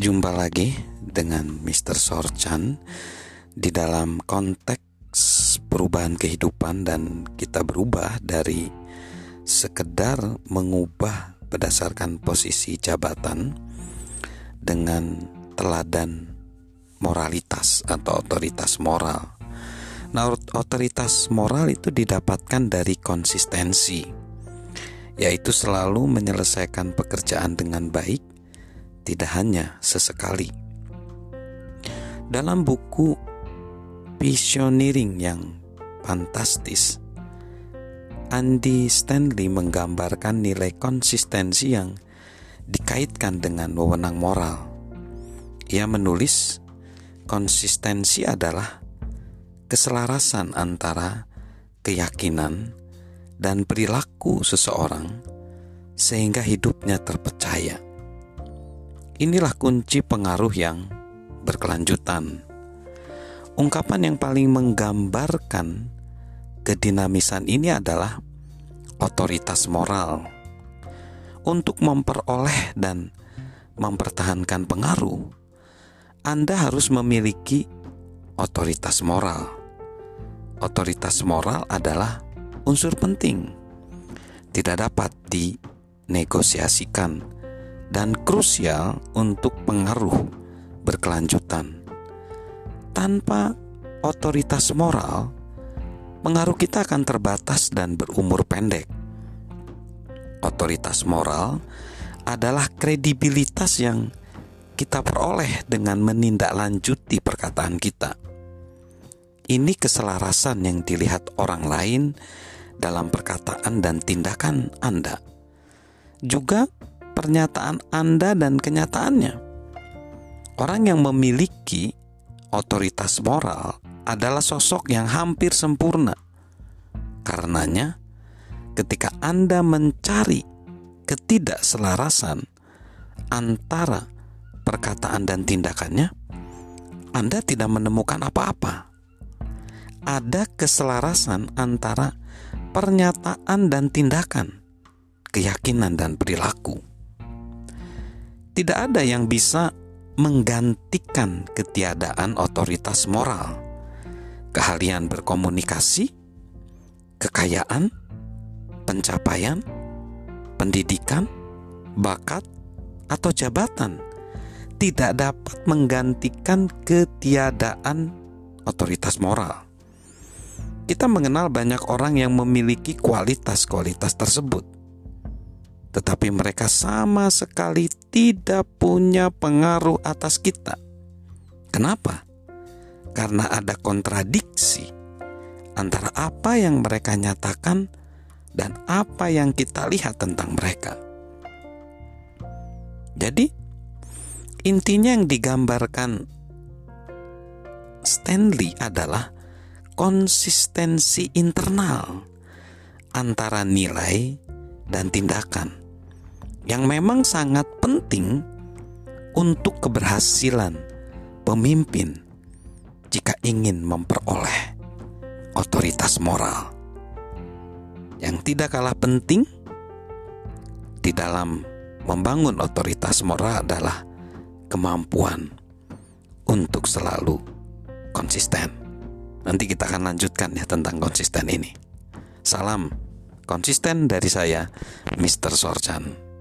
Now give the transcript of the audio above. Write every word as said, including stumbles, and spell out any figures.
Jumpa lagi dengan mister Sorchan di dalam konteks perubahan kehidupan, dan kita berubah dari sekedar mengubah berdasarkan posisi jabatan dengan teladan moralitas atau otoritas moral. Nah, otoritas moral itu didapatkan dari konsistensi, yaitu selalu menyelesaikan pekerjaan dengan baik, tidak hanya sesekali. Dalam buku Visioneering yang fantastis, Andy Stanley menggambarkan nilai konsistensi yang dikaitkan dengan wewenang moral. Ia menulis, konsistensi adalah keselarasan antara keyakinan dan perilaku seseorang sehingga hidupnya terpercaya. Inilah kunci pengaruh yang berkelanjutan. Ungkapan yang paling menggambarkan kedinamisan ini adalah otoritas moral. Untuk memperoleh dan mempertahankan pengaruh, Anda harus memiliki otoritas moral. Otoritas moral adalah unsur penting, tidak dapat dinegosiasikan, dan krusial untuk pengaruh berkelanjutan. Tanpa otoritas moral, pengaruh kita akan terbatas dan berumur pendek. Otoritas moral adalah kredibilitas yang kita peroleh dengan menindaklanjuti perkataan kita. Ini keselarasan yang dilihat orang lain dalam perkataan dan tindakan Anda, juga pernyataan Anda dan kenyataannya. Orang yang memiliki otoritas moral adalah sosok yang hampir sempurna. Karenanya, ketika Anda mencari ketidakselarasan antara perkataan dan tindakannya, Anda tidak menemukan apa-apa. Ada keselarasan antara pernyataan dan tindakan, keyakinan dan perilaku. Tidak ada yang bisa menggantikan ketiadaan otoritas moral. Keahlian berkomunikasi, kekayaan, pencapaian, pendidikan, bakat, atau jabatan tidak dapat menggantikan ketiadaan otoritas moral. Kita mengenal banyak orang yang memiliki kualitas-kualitas tersebut, tetapi mereka sama sekali tidak punya pengaruh atas kita. Kenapa? Karena ada kontradiksi antara apa yang mereka nyatakan dan apa yang kita lihat tentang mereka. Jadi, intinya yang digambarkan Stanley adalah konsistensi internal antara nilai dan tindakan, yang memang sangat penting untuk keberhasilan pemimpin jika ingin memperoleh otoritas moral. Yang tidak kalah penting di dalam membangun otoritas moral adalah kemampuan untuk selalu konsisten. Nanti kita akan lanjutkan ya tentang konsisten ini. Salam konsisten dari saya, mister Sorchan.